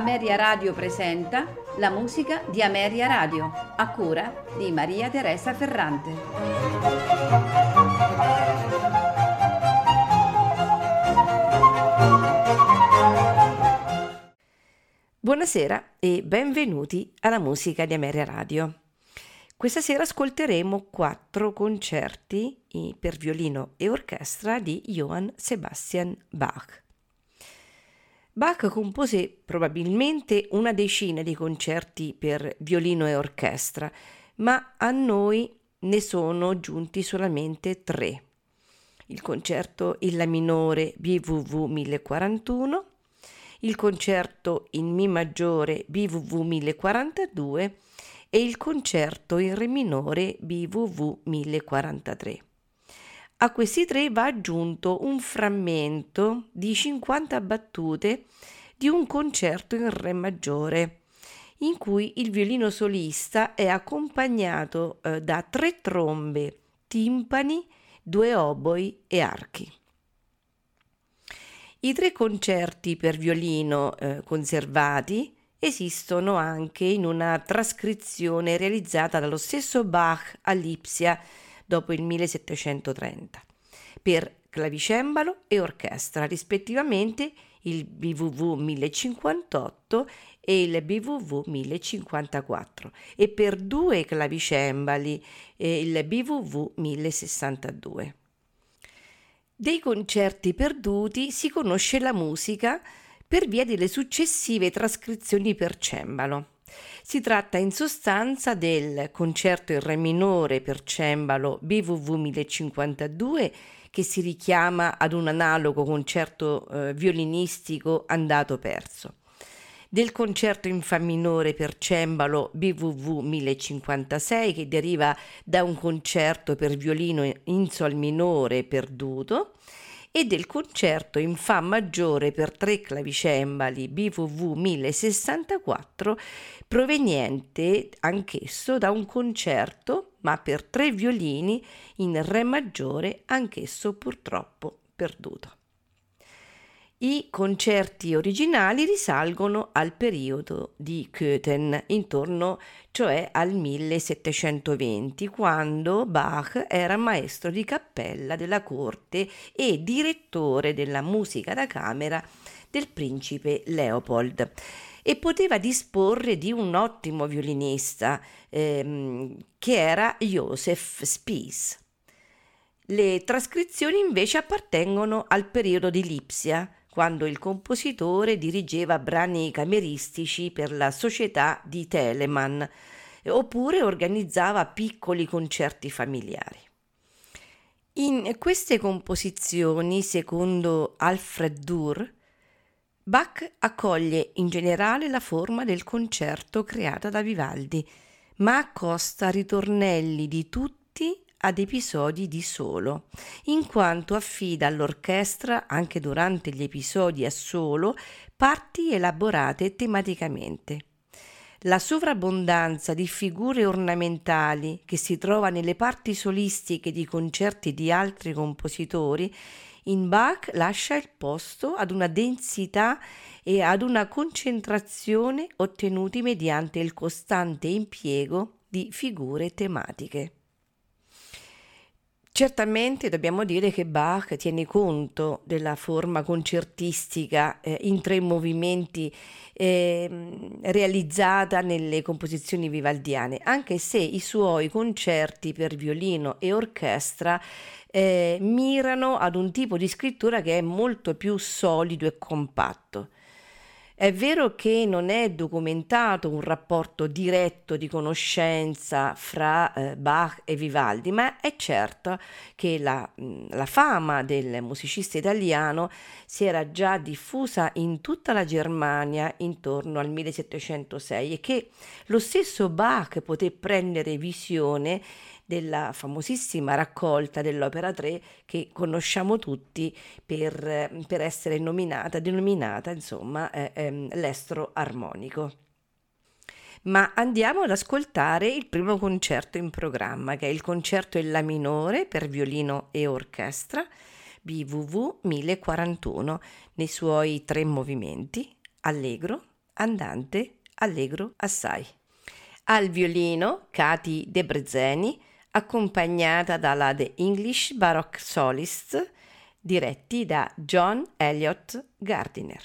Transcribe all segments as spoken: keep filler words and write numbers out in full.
Ameria Radio presenta la musica di Ameria Radio, a cura di Maria Teresa Ferrante. Buonasera e benvenuti alla musica di Ameria Radio. Questa sera ascolteremo quattro concerti per violino e orchestra di Johann Sebastian Bach. Bach compose probabilmente una decina di concerti per violino e orchestra, ma a noi ne sono giunti solamente tre. Il concerto in La minore B W V mille quarantuno, il concerto in Mi maggiore B W V mille quarantadue e il concerto in Re minore B W V mille quarantatré. A questi tre va aggiunto un frammento di cinquanta battute di un concerto in Re maggiore, in cui il violino solista è accompagnato eh, da tre trombe, timpani, due oboi e archi. I tre concerti per violino eh, conservati esistono anche in una trascrizione realizzata dallo stesso Bach a Lipsia dopo il millesettecentotrenta, per clavicembalo e orchestra, rispettivamente il B W V mille cinquantotto e il B W V mille cinquantaquattro, e per due clavicembali eh, il B W V mille sessantadue. Dei concerti perduti si conosce la musica per via delle successive trascrizioni per cembalo. Si tratta in sostanza del concerto in Re minore per cembalo B W V mille cinquantadue, che si richiama ad un analogo concerto eh, violinistico andato perso, del concerto in Fa minore per cembalo B W V mille cinquantasei, che deriva da un concerto per violino in Sol minore perduto, e del concerto in Fa maggiore per tre clavicembali B W V mille sessantaquattro, proveniente anch'esso da un concerto ma per tre violini in Re maggiore, anch'esso purtroppo perduto. I concerti originali risalgono al periodo di Köthen, intorno cioè al millesettecentoventi, quando Bach era maestro di cappella della corte e direttore della musica da camera del principe Leopold, e poteva disporre di un ottimo violinista ehm, che era Joseph Spies. Le trascrizioni invece appartengono al periodo di Lipsia, quando il compositore dirigeva brani cameristici per la società di Telemann, oppure organizzava piccoli concerti familiari. In queste composizioni, secondo Alfred Durr, Bach accoglie in generale la forma del concerto creata da Vivaldi, ma accosta ritornelli di tutti ad episodi di solo, in quanto affida all'orchestra, anche durante gli episodi a solo, parti elaborate tematicamente. La sovrabbondanza di figure ornamentali che si trova nelle parti solistiche di concerti di altri compositori, in Bach lascia il posto ad una densità e ad una concentrazione ottenuti mediante il costante impiego di figure tematiche. Certamente dobbiamo dire che Bach tiene conto della forma concertistica eh, in tre movimenti eh, realizzata nelle composizioni vivaldiane, anche se i suoi concerti per violino e orchestra eh, mirano ad un tipo di scrittura che è molto più solido e compatto. È vero che non è documentato un rapporto diretto di conoscenza fra eh, Bach e Vivaldi, ma è certo che la, la fama del musicista italiano si era già diffusa in tutta la Germania intorno al millesettecentosei, e che lo stesso Bach poté prendere visione della famosissima raccolta dell'Opera tre, che conosciamo tutti per, per essere nominata, denominata insomma eh, ehm, l'estro armonico. Ma andiamo ad ascoltare il primo concerto in programma, che è il concerto in La minore per violino e orchestra B W V mille quarantuno, nei suoi tre movimenti: allegro, andante allegro assai. Al violino Katy Debreceni, accompagnata dalla The English Baroque Solist, diretti da John Elliott Gardiner.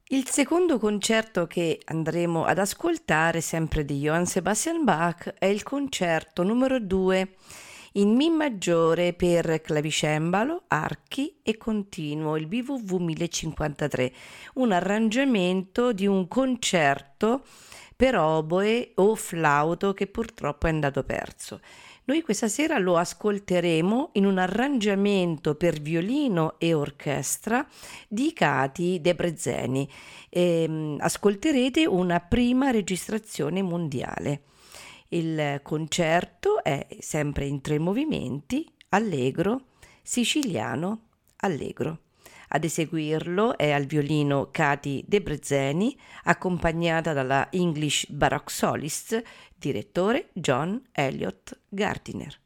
Il secondo concerto che andremo ad ascoltare, sempre di Johann Sebastian Bach, è il concerto numero due in Mi maggiore per clavicembalo, archi e continuo, il B W V mille cinquantatré, un arrangiamento di un concerto per oboe o flauto che purtroppo è andato perso. Noi questa sera lo ascolteremo in un arrangiamento per violino e orchestra di Kati Debreceni. E, ascolterete una prima registrazione mondiale. Il concerto è sempre in tre movimenti: allegro, siciliano, allegro. Ad eseguirlo è al violino Kati Debreceni, accompagnata dalla English Baroque Solist, direttore John Elliott Gardiner.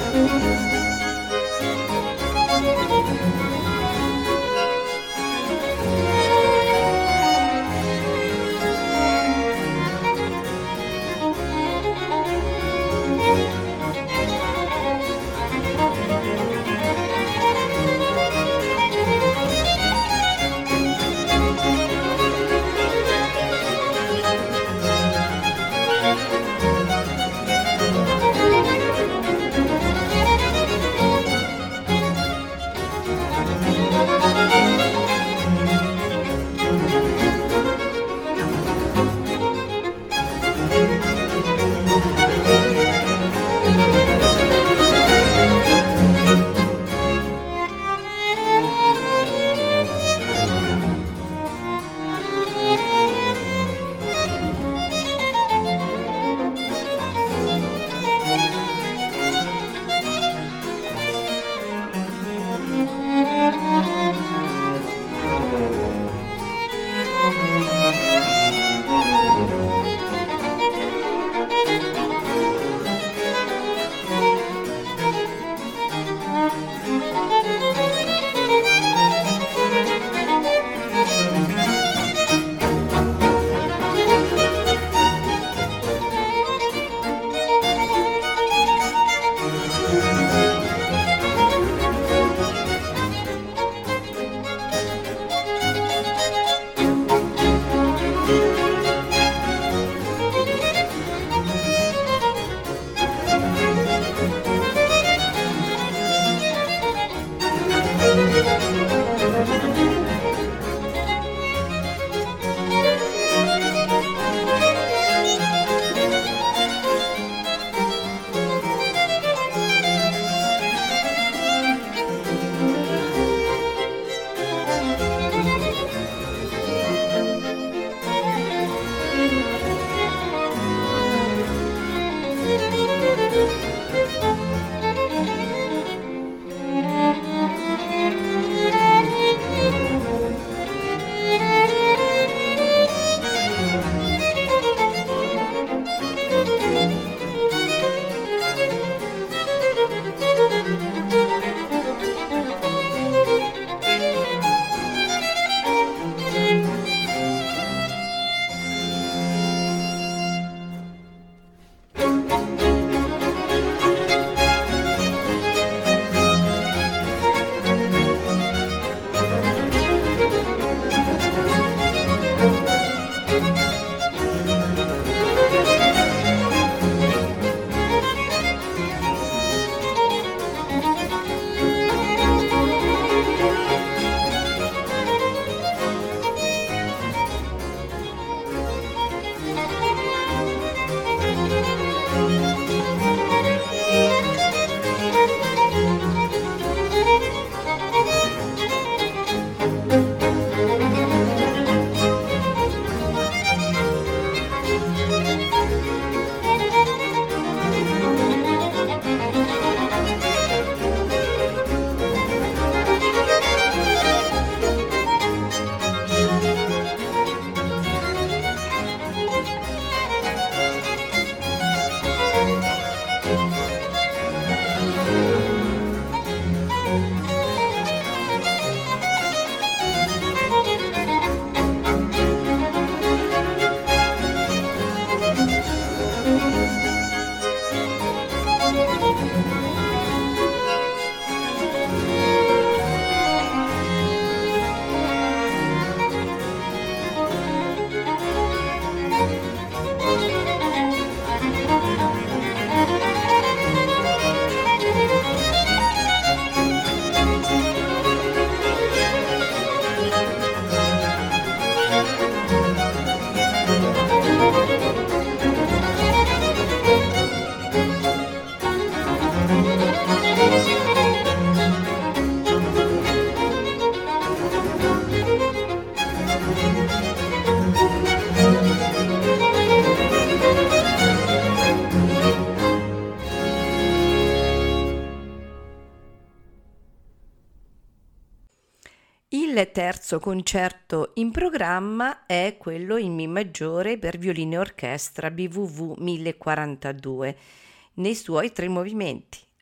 Il terzo concerto in programma è quello in Mi maggiore per violino e orchestra B V V mille quarantadue, nei suoi tre movimenti,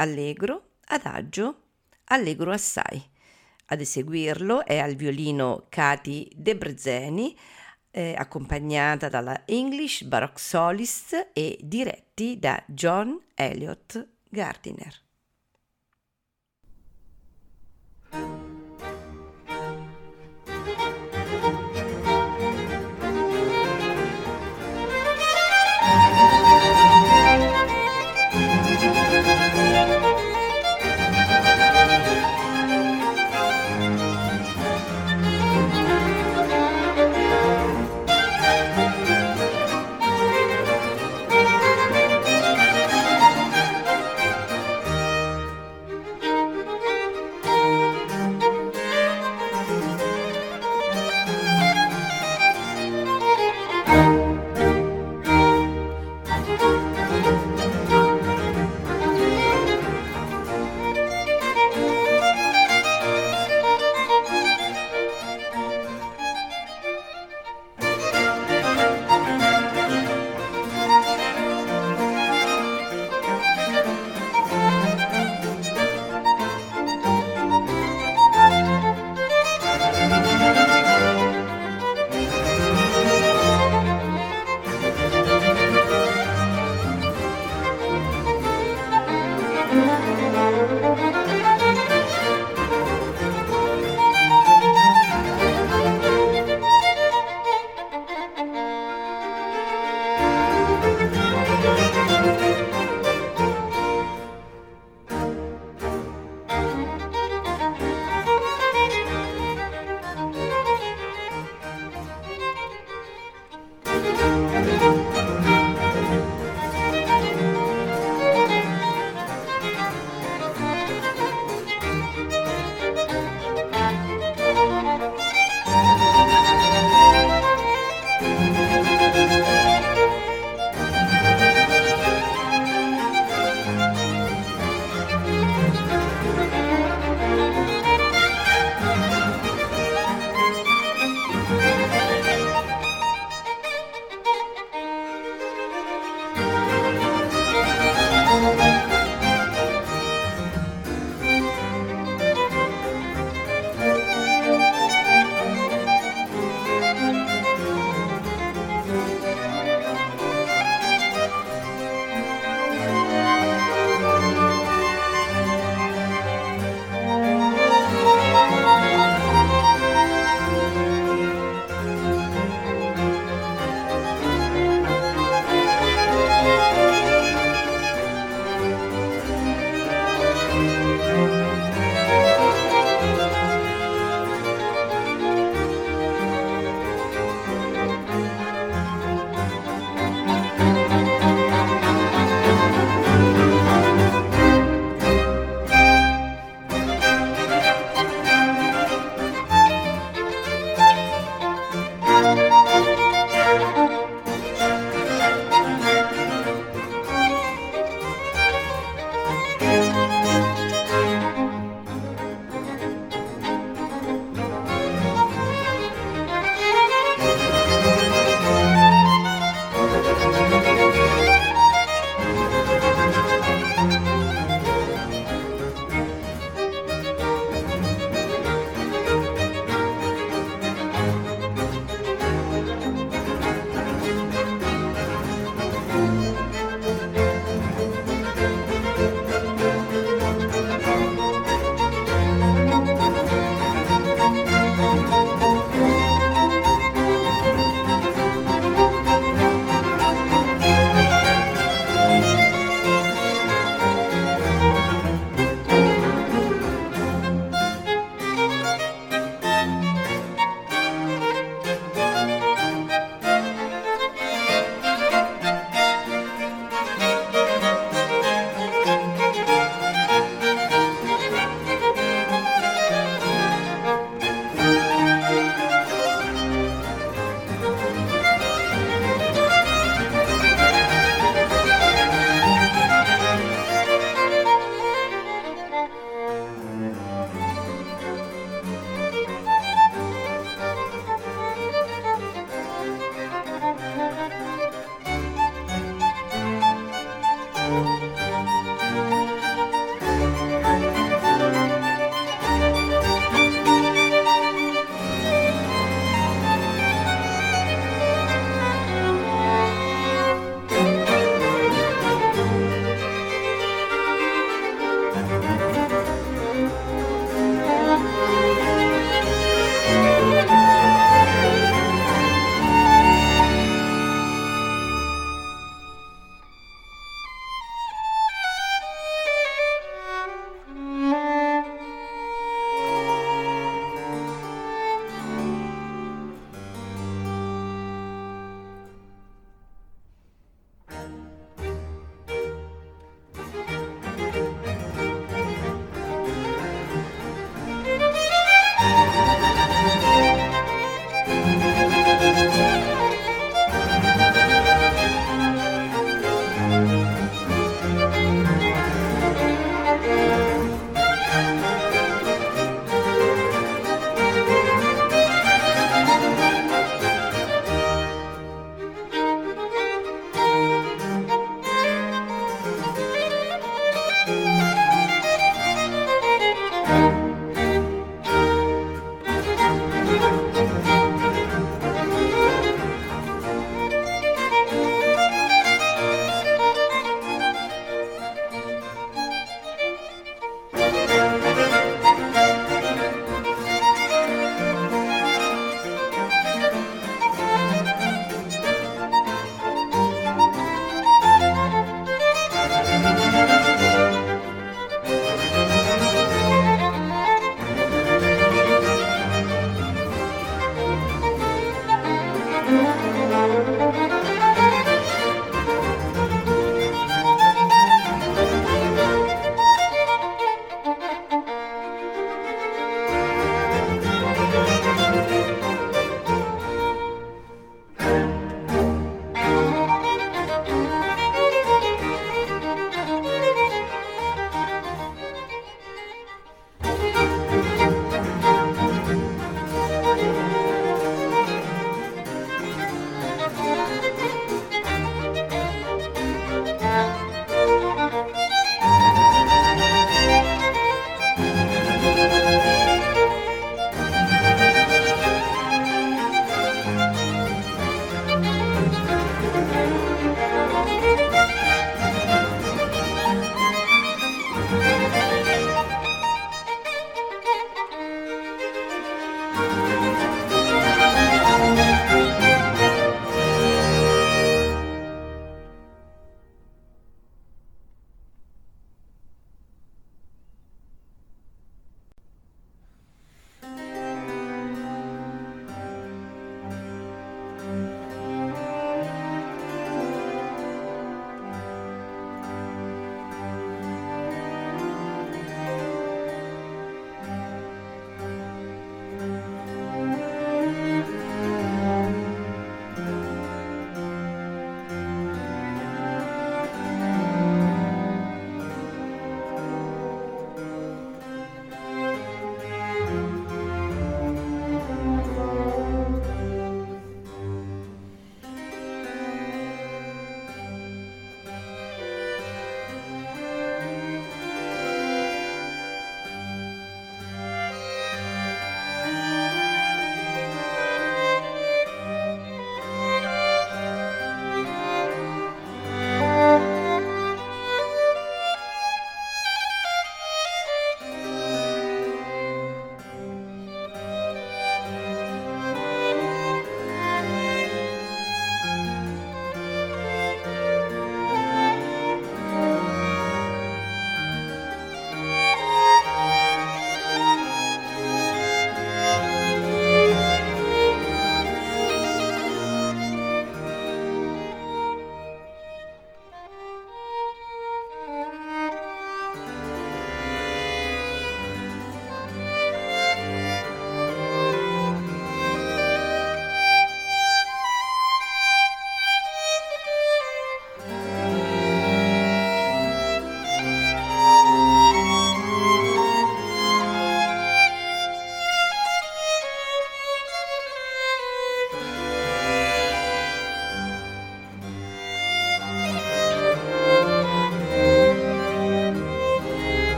allegro, adagio, allegro assai. Ad eseguirlo è al violino Katy Debreceni, eh, accompagnata dalla English Baroque Solist e diretti da John Elliott Gardiner.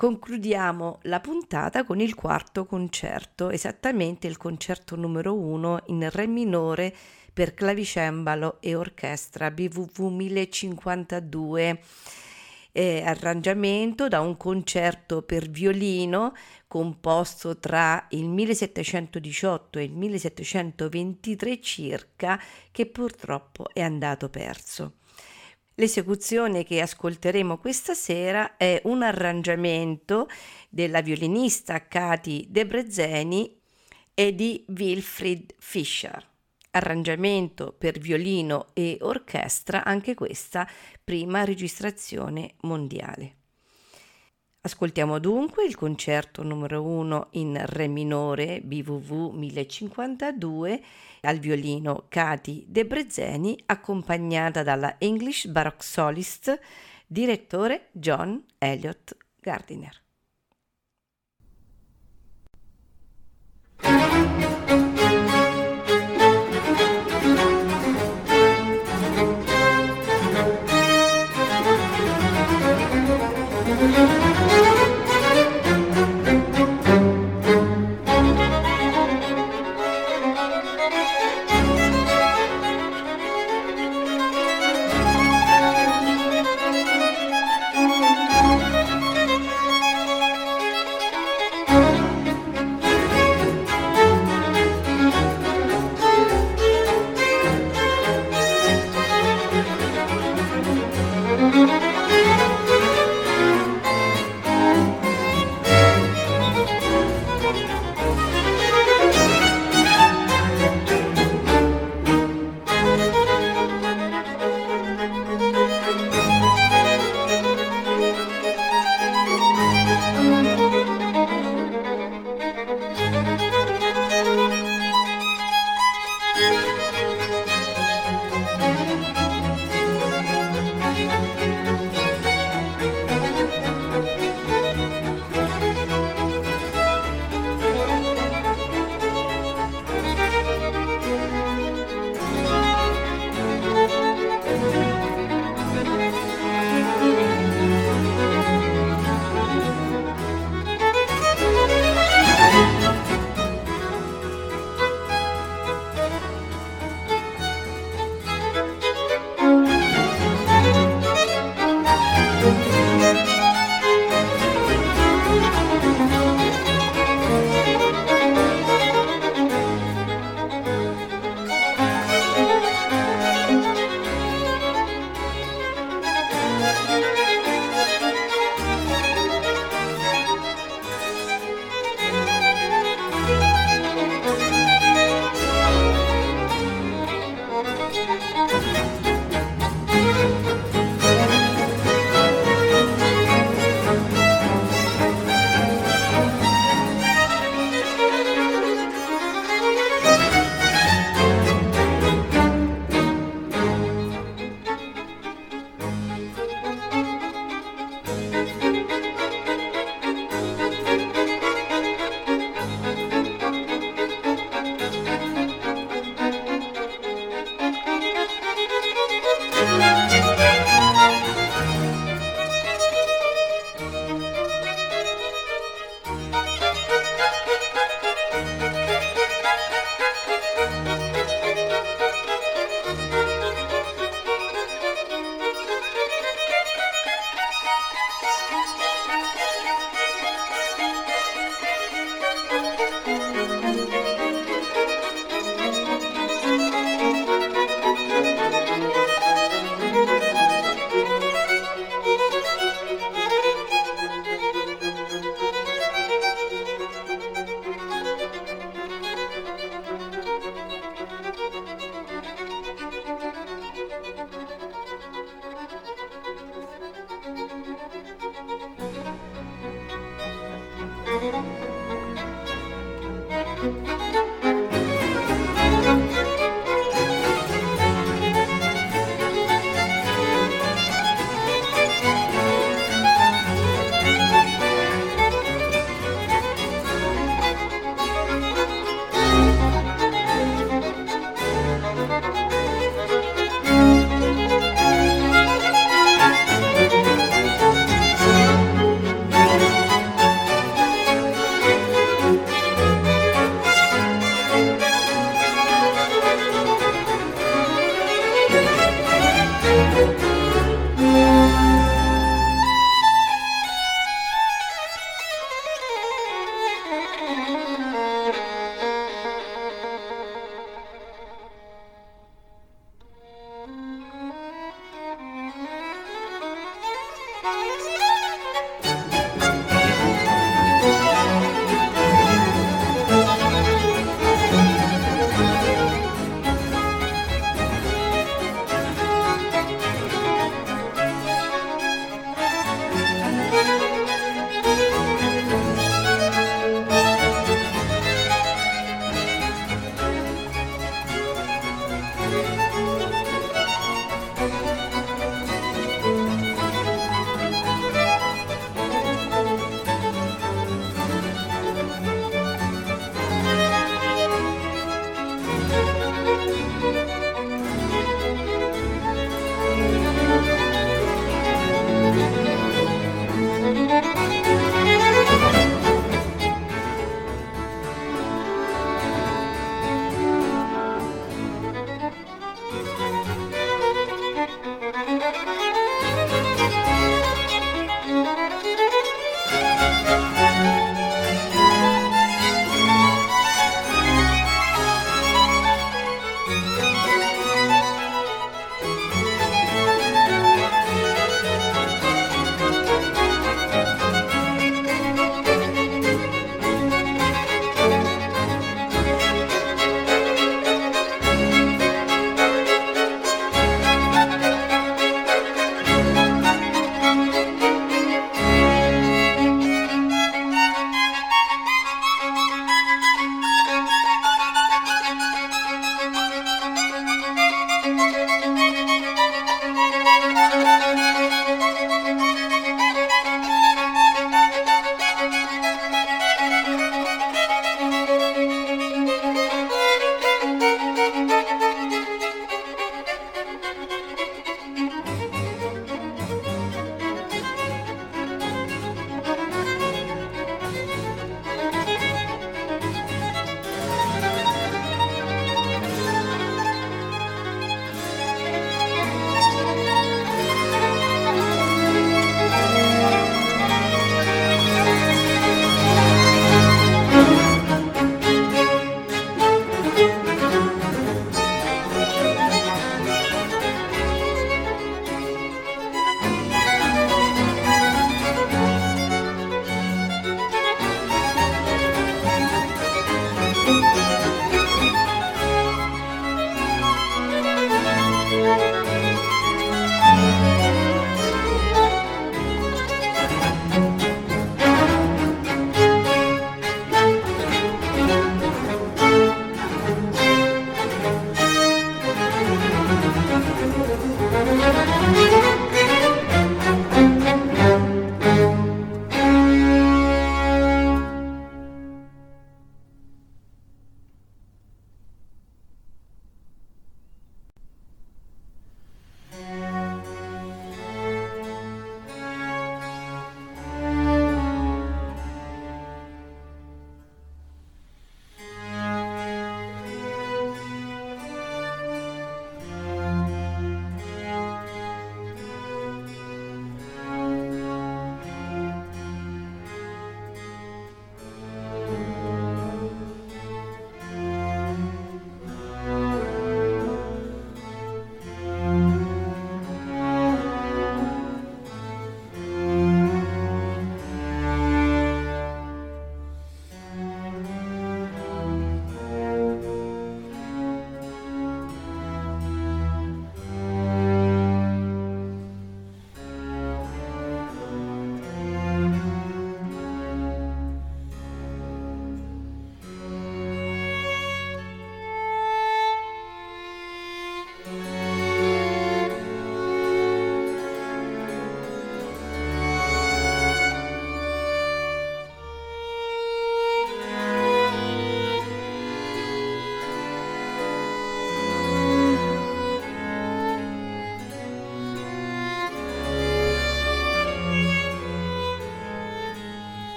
Concludiamo la puntata con il quarto concerto, esattamente il concerto numero uno in re minore per clavicembalo e orchestra B V V mille cinquantadue, eh, arrangiamento da un concerto per violino composto tra il millesettecentodiciotto e il millesettecentoventitré circa, che purtroppo è andato perso. L'esecuzione che ascolteremo questa sera è un arrangiamento della violinista Katy Debreceni e di Wilfried Fischer. Arrangiamento per violino e orchestra, anche questa prima registrazione mondiale. Ascoltiamo dunque il concerto numero uno in re minore B V V mille cinquantadue, al violino Katy Debreceni, accompagnata dalla English Baroque Solist, direttore John Elliott Gardiner.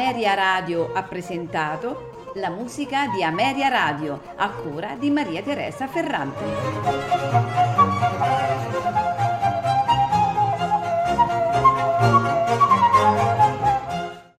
Ameria Radio ha presentato la musica di Ameria Radio a cura di Maria Teresa Ferrante.